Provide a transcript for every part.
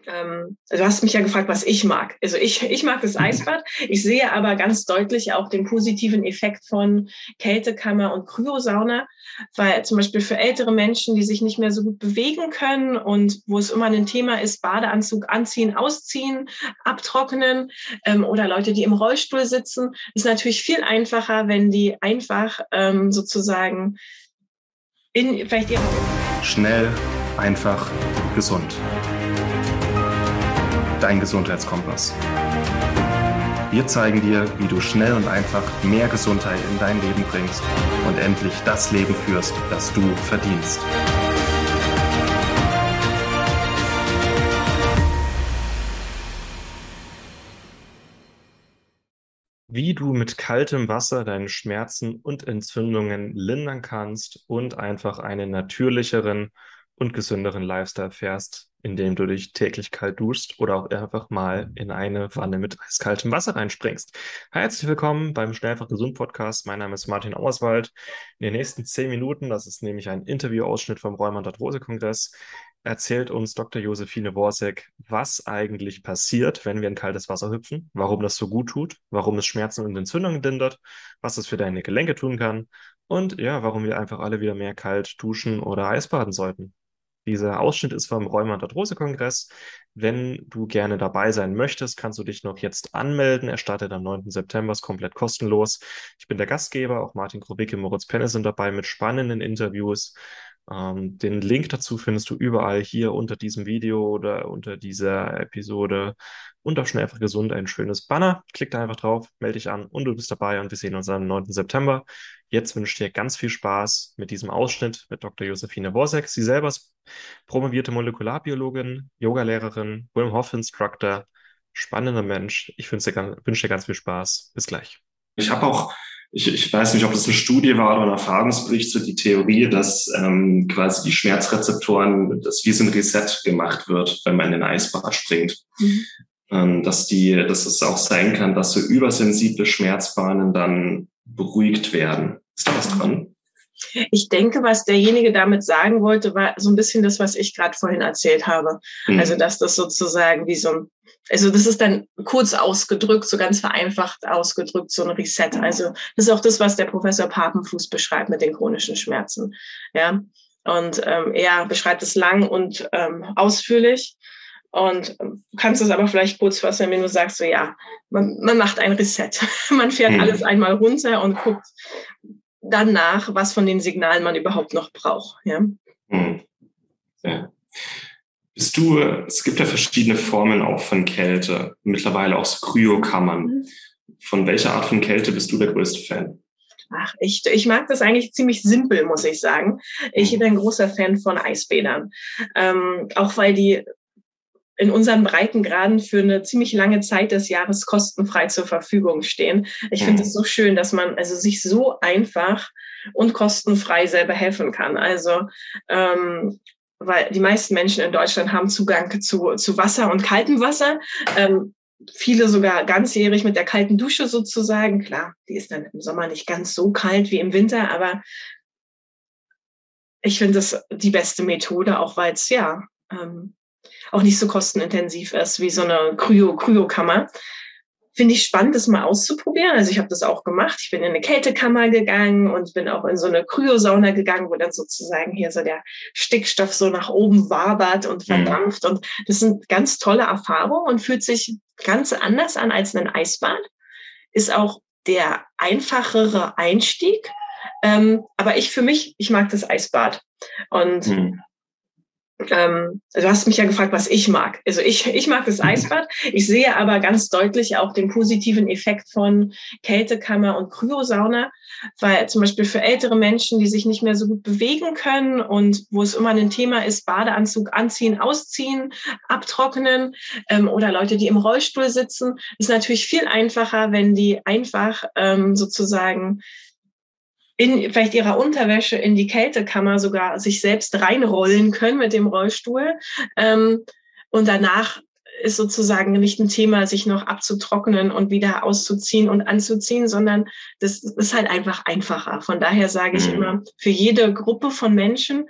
Du hast mich ja gefragt, was ich mag. Also ich mag das Eisbad. Ich sehe aber ganz deutlich auch den positiven Effekt von Kältekammer und Kryosauna, weil zum Beispiel für ältere Menschen, die sich nicht mehr so gut bewegen können und wo es immer ein Thema ist, Badeanzug anziehen, ausziehen, abtrocknen, oder Leute, die im Rollstuhl sitzen, ist natürlich viel einfacher, wenn die einfach sozusagen in vielleicht ihre Schnell, einfach, gesund. Dein Gesundheitskompass. Wir zeigen dir, wie du schnell und einfach mehr Gesundheit in dein Leben bringst und endlich das Leben führst, das du verdienst. Wie du mit kaltem Wasser deine Schmerzen und Entzündungen lindern kannst und einfach einen natürlicheren und gesünderen Lifestyle fährst, indem du dich täglich kalt duschst oder auch einfach mal in eine Wanne mit eiskaltem Wasser reinspringst. Herzlich willkommen beim Schnell einfach gesund Podcast. Mein Name ist Martin Auerswald. In den nächsten 10 Minuten, das ist nämlich ein Interviewausschnitt vom Rheumatoid-Arthrose-Kongress, erzählt uns Dr. Josephine Worsek, was eigentlich passiert, wenn wir in kaltes Wasser hüpfen, warum das so gut tut, warum es Schmerzen und Entzündungen lindert, was es für deine Gelenke tun kann und ja, warum wir einfach alle wieder mehr kalt duschen oder Eisbaden sollten. Dieser Ausschnitt ist vom Rheumatoid-Arthrose-Kongress. Wenn du gerne dabei sein möchtest, kannst du dich noch jetzt anmelden. Er startet am 9. September, ist komplett kostenlos. Ich bin der Gastgeber, auch Martin Krobicki und Moritz Penne sind dabei mit spannenden Interviews. Den Link dazu findest du überall hier unter diesem Video oder unter dieser Episode und auf Schnell einfach gesund ein schönes Banner. Klick da einfach drauf, melde dich an und du bist dabei und wir sehen uns am 9. September. Jetzt wünsche ich dir ganz viel Spaß mit diesem Ausschnitt mit Dr. Josephine Worsek. Sie selber ist promovierte Molekularbiologin, Yogalehrerin, Wim Hof Instructor, spannender Mensch. Ich wünsche dir ganz viel Spaß. Bis gleich. Ich habe auch, ich weiß nicht, ob das eine Studie war oder ein Erfahrungsbericht, so die Theorie, dass quasi die Schmerzrezeptoren, dass wie so ein Reset gemacht wird, wenn man in den Eisbad springt. Dass es auch sein kann, dass so übersensible Schmerzbahnen dann beruhigt werden. Ist da was dran? Ich denke, was derjenige damit sagen wollte, war so ein bisschen das, was ich gerade vorhin erzählt habe. Also, dass das sozusagen also das ist dann kurz ausgedrückt, so ganz vereinfacht ausgedrückt, so ein Reset. Also das ist auch das, was der Professor Papenfuß beschreibt mit den chronischen Schmerzen. Ja, und er beschreibt es lang und ausführlich. Und kannst es aber vielleicht kurz fassen, wenn du sagst, so ja, man macht ein Reset. Man fährt alles einmal runter und guckt dann nach, was von den Signalen man überhaupt noch braucht. Ja. Ja. Es gibt ja verschiedene Formen auch von Kälte, mittlerweile auch so Kryokammern. Von welcher Art von Kälte bist du der größte Fan? Ach, ich mag das eigentlich ziemlich simpel, muss ich sagen. Ich bin ein großer Fan von Eisbädern. Auch weil die in unseren Breitengraden für eine ziemlich lange Zeit des Jahres kostenfrei zur Verfügung stehen. Ich finde es so schön, dass man also sich so einfach und kostenfrei selber helfen kann. Also weil die meisten Menschen in Deutschland haben Zugang zu Wasser und kaltem Wasser. Viele sogar ganzjährig mit der kalten Dusche sozusagen. Klar, die ist dann im Sommer nicht ganz so kalt wie im Winter, aber ich finde das die beste Methode, auch weil es ja auch nicht so kostenintensiv ist wie so eine Kryokammer. Finde ich spannend, das mal auszuprobieren. Also ich habe das auch gemacht. Ich bin in eine Kältekammer gegangen und bin auch in so eine Kryosauna gegangen, wo dann sozusagen hier so der Stickstoff so nach oben wabert und verdampft. Und das sind ganz tolle Erfahrungen und fühlt sich ganz anders an als ein Eisbad. Ist auch der einfachere Einstieg. Aber ich mag das Eisbad. Und du hast mich ja gefragt, was ich mag. Also ich mag das Eisbad. Ich sehe aber ganz deutlich auch den positiven Effekt von Kältekammer und Kryosauna, weil zum Beispiel für ältere Menschen, die sich nicht mehr so gut bewegen können und wo es immer ein Thema ist, Badeanzug anziehen, ausziehen, abtrocknen, oder Leute, die im Rollstuhl sitzen, ist natürlich viel einfacher, wenn die einfach sozusagen in vielleicht ihrer Unterwäsche in die Kältekammer sogar sich selbst reinrollen können mit dem Rollstuhl. Und danach ist sozusagen nicht ein Thema, sich noch abzutrocknen und wieder auszuziehen und anzuziehen, sondern das ist halt einfach einfacher. Von daher sage ich immer, für jede Gruppe von Menschen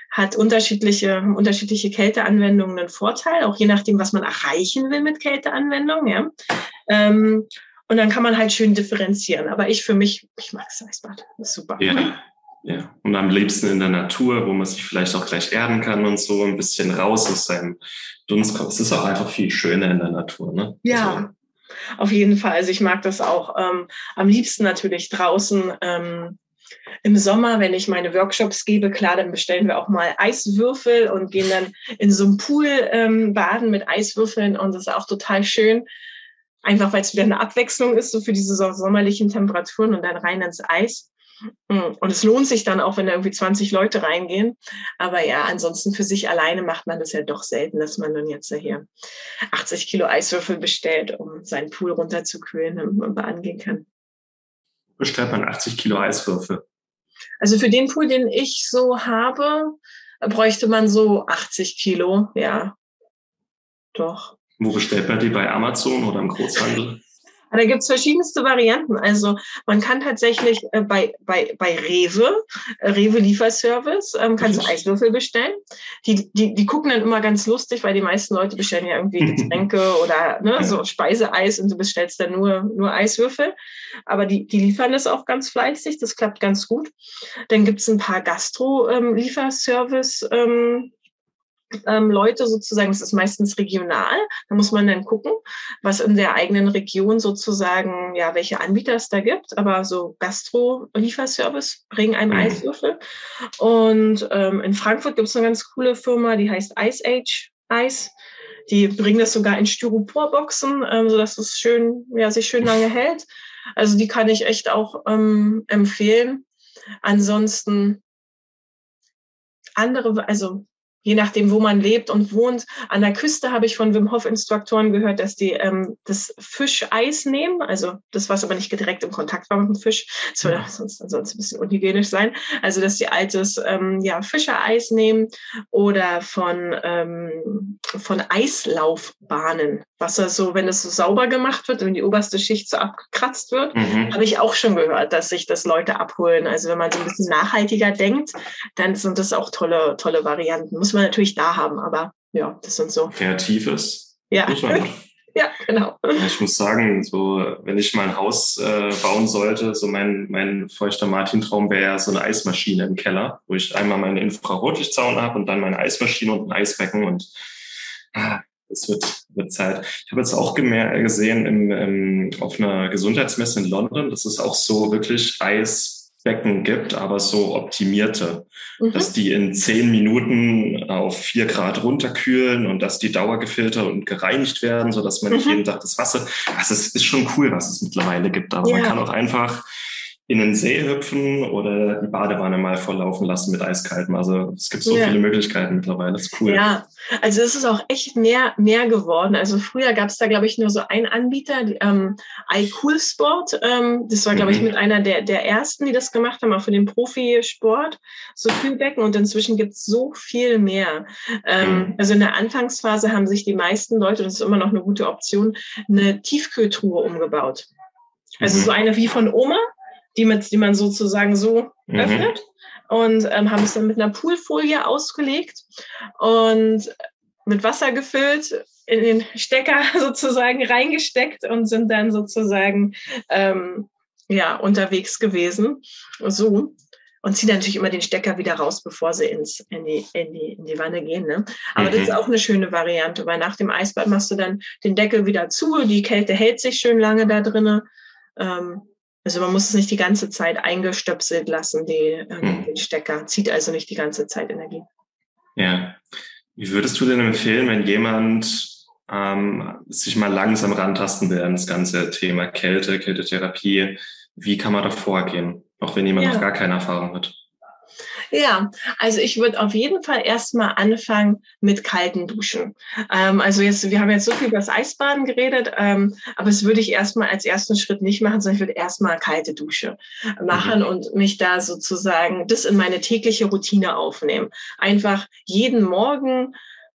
hat unterschiedliche Kälteanwendungen einen Vorteil, auch je nachdem, was man erreichen will mit Kälteanwendungen. Ja. Und dann kann man halt schön differenzieren. Aber ich mag das Eisbad. Das ist super. Ja, ja. Und am liebsten in der Natur, wo man sich vielleicht auch gleich erden kann und so ein bisschen raus aus seinem Dunstkopf. Es ist auch einfach viel schöner in der Natur, ne? Ja, also, auf jeden Fall. Also ich mag das auch. Am liebsten natürlich draußen. Im Sommer, wenn ich meine Workshops gebe, klar, dann bestellen wir auch mal Eiswürfel und gehen dann in so einem Pool baden mit Eiswürfeln. Und das ist auch total schön. Einfach, weil es wieder eine Abwechslung ist, so für diese sommerlichen Temperaturen und dann rein ins Eis. Und es lohnt sich dann auch, wenn da irgendwie 20 Leute reingehen. Aber ja, ansonsten für sich alleine macht man das ja doch selten, dass man dann jetzt hier 80 Kilo Eiswürfel bestellt, um seinen Pool runterzukühlen, damit man baden gehen kann. Bestellt man 80 Kilo Eiswürfel? Also für den Pool, den ich so habe, bräuchte man so 80 Kilo, ja, doch. Wo bestellt man die? Bei Amazon oder im Großhandel? Da gibt's verschiedenste Varianten. Also man kann tatsächlich bei Rewe Lieferservice, kannst du Eiswürfel bestellen. Die gucken dann immer ganz lustig, weil die meisten Leute bestellen ja irgendwie Getränke oder so Speiseeis und du bestellst dann nur Eiswürfel. Aber die liefern das auch ganz fleißig, das klappt ganz gut. Dann gibt's ein paar Gastro-Lieferservice Leute sozusagen, das ist meistens regional, da muss man dann gucken, was in der eigenen Region sozusagen, ja, welche Anbieter es da gibt, aber so Gastro-Lieferservice bringen einem Eiswürfel. Und in Frankfurt gibt es eine ganz coole Firma, die heißt Ice Age Eis. Die bringen das sogar in Styroporboxen, sodass es sich schön lange hält. Also die kann ich echt auch empfehlen. Ansonsten je nachdem, wo man lebt und wohnt. An der Küste habe ich von Wim Hof Instruktoren gehört, dass die das Fischeis nehmen, also das, was aber nicht direkt im Kontakt war mit dem Fisch, das würde sonst ein bisschen unhygienisch sein, also dass die altes Fischereis nehmen oder von Eislaufbahnen, Wasser so, wenn es so sauber gemacht wird, wenn die oberste Schicht so abgekratzt wird, habe ich auch schon gehört, dass sich das Leute abholen. Also wenn man so ein bisschen nachhaltiger denkt, dann sind das auch tolle Varianten. Muss man natürlich da haben, aber ja, das sind so. Kreatives. Ja. Ja, genau. Ich muss sagen, so, wenn ich mal ein Haus bauen sollte, so mein feuchter Martintraum wäre ja so eine Eismaschine im Keller, wo ich einmal meinen Infrarotlichtzaun habe und dann meine Eismaschine und ein Eisbecken und das wird Zeit. Ich habe jetzt auch gesehen auf einer Gesundheitsmesse in London, dass es auch so wirklich Eisbecken gibt, aber so optimierte, dass die in 10 Minuten auf 4 Grad runterkühlen und dass die dauergefiltert und gereinigt werden, sodass man nicht jeden Tag das Wasser, also es ist schon cool, was es mittlerweile gibt, aber man kann auch einfach in den See hüpfen oder die Badewanne mal volllaufen lassen mit Eiskaltem. Also es gibt so viele Möglichkeiten mittlerweile. Das ist cool. Ja, also es ist auch echt mehr geworden. Also früher gab es da, glaube ich, nur so einen Anbieter, iCoolSport. Das war, glaube ich, mit einer der ersten, die das gemacht haben, auch für den Profisport, so Kühlbecken. Und inzwischen gibt es so viel mehr. Also in der Anfangsphase haben sich die meisten Leute, das ist immer noch eine gute Option, eine Tiefkühltruhe umgebaut. Also so eine wie von Oma, die man sozusagen so öffnet und haben es dann mit einer Poolfolie ausgelegt und mit Wasser gefüllt, in den Stecker sozusagen reingesteckt und sind dann sozusagen unterwegs gewesen. So. Und ziehen natürlich immer den Stecker wieder raus, bevor sie in die Wanne gehen. Ne? Aber das ist auch eine schöne Variante, weil nach dem Eisbad machst du dann den Deckel wieder zu, die Kälte hält sich schön lange da drinnen. Also man muss es nicht die ganze Zeit eingestöpselt lassen, den Stecker. Zieht also nicht die ganze Zeit Energie. Ja. Wie würdest du denn empfehlen, wenn jemand sich mal langsam rantasten will an das ganze Thema Kältetherapie? Wie kann man da vorgehen, auch wenn jemand noch gar keine Erfahrung hat? Ja, also ich würde auf jeden Fall erstmal anfangen mit kalten Duschen. Wir haben jetzt so viel über das Eisbaden geredet, aber das würde ich erstmal als ersten Schritt nicht machen, sondern ich würde erstmal kalte Dusche machen und mich da sozusagen das in meine tägliche Routine aufnehmen. Einfach jeden Morgen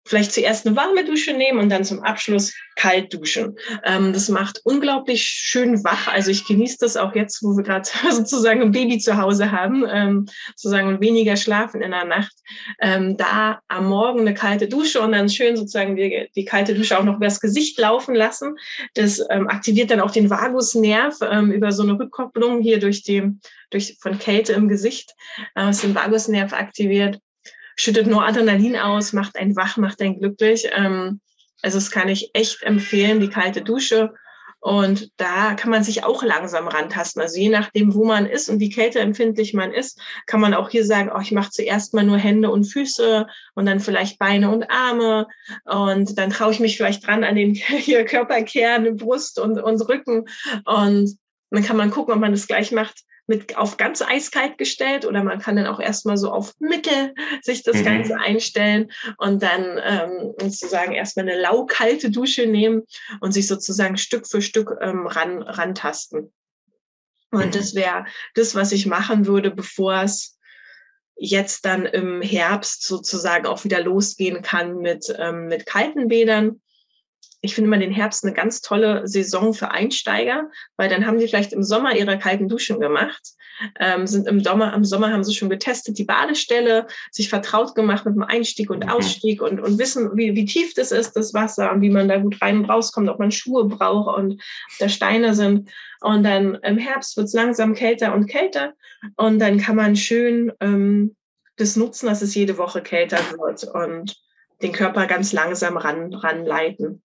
vielleicht zuerst eine warme Dusche nehmen und dann zum Abschluss kalt duschen. Das macht unglaublich schön wach. Also ich genieße das auch jetzt, wo wir gerade sozusagen ein Baby zu Hause haben, sozusagen weniger schlafen in der Nacht. Da am Morgen eine kalte Dusche und dann schön sozusagen die kalte Dusche auch noch übers Gesicht laufen lassen. Das aktiviert dann auch den Vagusnerv über so eine Rückkopplung hier von Kälte im Gesicht, was den Vagusnerv aktiviert. Schüttet nur Adrenalin aus, macht einen wach, macht einen glücklich. Also das kann ich echt empfehlen, die kalte Dusche. Und da kann man sich auch langsam rantasten. Also je nachdem, wo man ist und wie kälteempfindlich man ist, kann man auch hier sagen, ich mache zuerst mal nur Hände und Füße und dann vielleicht Beine und Arme. Und dann traue ich mich vielleicht dran an den hier Körperkern, Brust und Rücken. Und dann kann man gucken, ob man das gleich macht, auf ganz eiskalt gestellt oder man kann dann auch erstmal so auf Mittel sich das Ganze einstellen und dann sozusagen erstmal eine laukalte Dusche nehmen und sich sozusagen Stück für Stück rantasten. Und das wäre das, was ich machen würde, bevor es jetzt dann im Herbst sozusagen auch wieder losgehen kann mit kalten Bädern. Ich finde immer den Herbst eine ganz tolle Saison für Einsteiger, weil dann haben die vielleicht im Sommer ihre kalten Duschen gemacht, sind am Sommer haben sie schon getestet, die Badestelle, sich vertraut gemacht mit dem Einstieg und Ausstieg und wissen, wie tief das ist, das Wasser und wie man da gut rein und rauskommt, ob man Schuhe braucht und da Steine sind. Und dann im Herbst wird es langsam kälter und kälter und dann kann man schön das nutzen, dass es jede Woche kälter wird und den Körper ganz langsam ranleiten.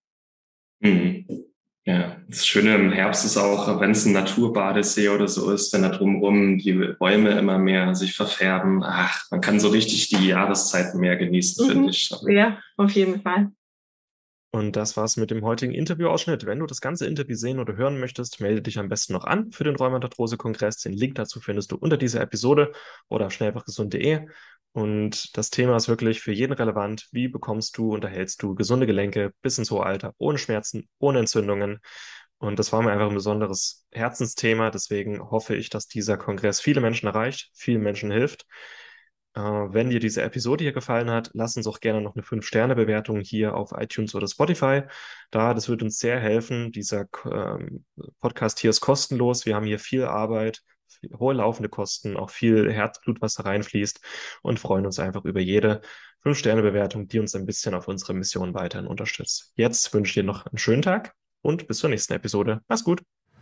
Ja, das Schöne im Herbst ist auch, wenn es ein Naturbadesee oder so ist, wenn da drumherum die Bäume immer mehr sich verfärben. Man kann so richtig die Jahreszeiten mehr genießen, finde ich. Ja, auf jeden Fall. Und das war's mit dem heutigen Interviewausschnitt. Wenn du das ganze Interview sehen oder hören möchtest, melde dich am besten noch an für den Rheumatarthrose-Kongress. Den Link dazu findest du unter dieser Episode oder auf schnellfachgesund.de. Und das Thema ist wirklich für jeden relevant. Wie bekommst du und erhältst du gesunde Gelenke bis ins hohe Alter, ohne Schmerzen, ohne Entzündungen? Und das war mir einfach ein besonderes Herzensthema. Deswegen hoffe ich, dass dieser Kongress viele Menschen erreicht, vielen Menschen hilft. Wenn dir diese Episode hier gefallen hat, lass uns auch gerne noch eine 5-Sterne-Bewertung hier auf iTunes oder Spotify. Das wird uns sehr helfen. Dieser Podcast hier ist kostenlos. Wir haben hier viel Arbeit, hohe laufende Kosten, auch viel Herzblut, was da reinfließt und freuen uns einfach über jede 5-Sterne-Bewertung, die uns ein bisschen auf unsere Mission weiterhin unterstützt. Jetzt wünsche ich dir noch einen schönen Tag und bis zur nächsten Episode. Mach's gut.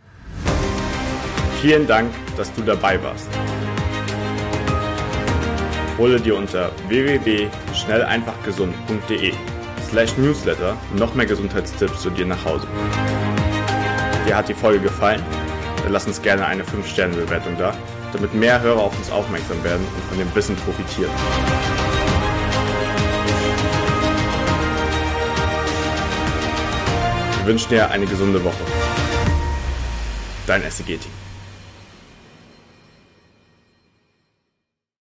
Vielen Dank, dass du dabei warst. Hole dir unter www.schnelleinfachgesund.de/newsletter noch mehr Gesundheitstipps zu dir nach Hause. Dir hat die Folge gefallen? Dann lass uns gerne eine 5-Sterne-Bewertung da, damit mehr Hörer auf uns aufmerksam werden und von dem Wissen profitieren. Wir wünschen dir eine gesunde Woche. Dein SCG-Team.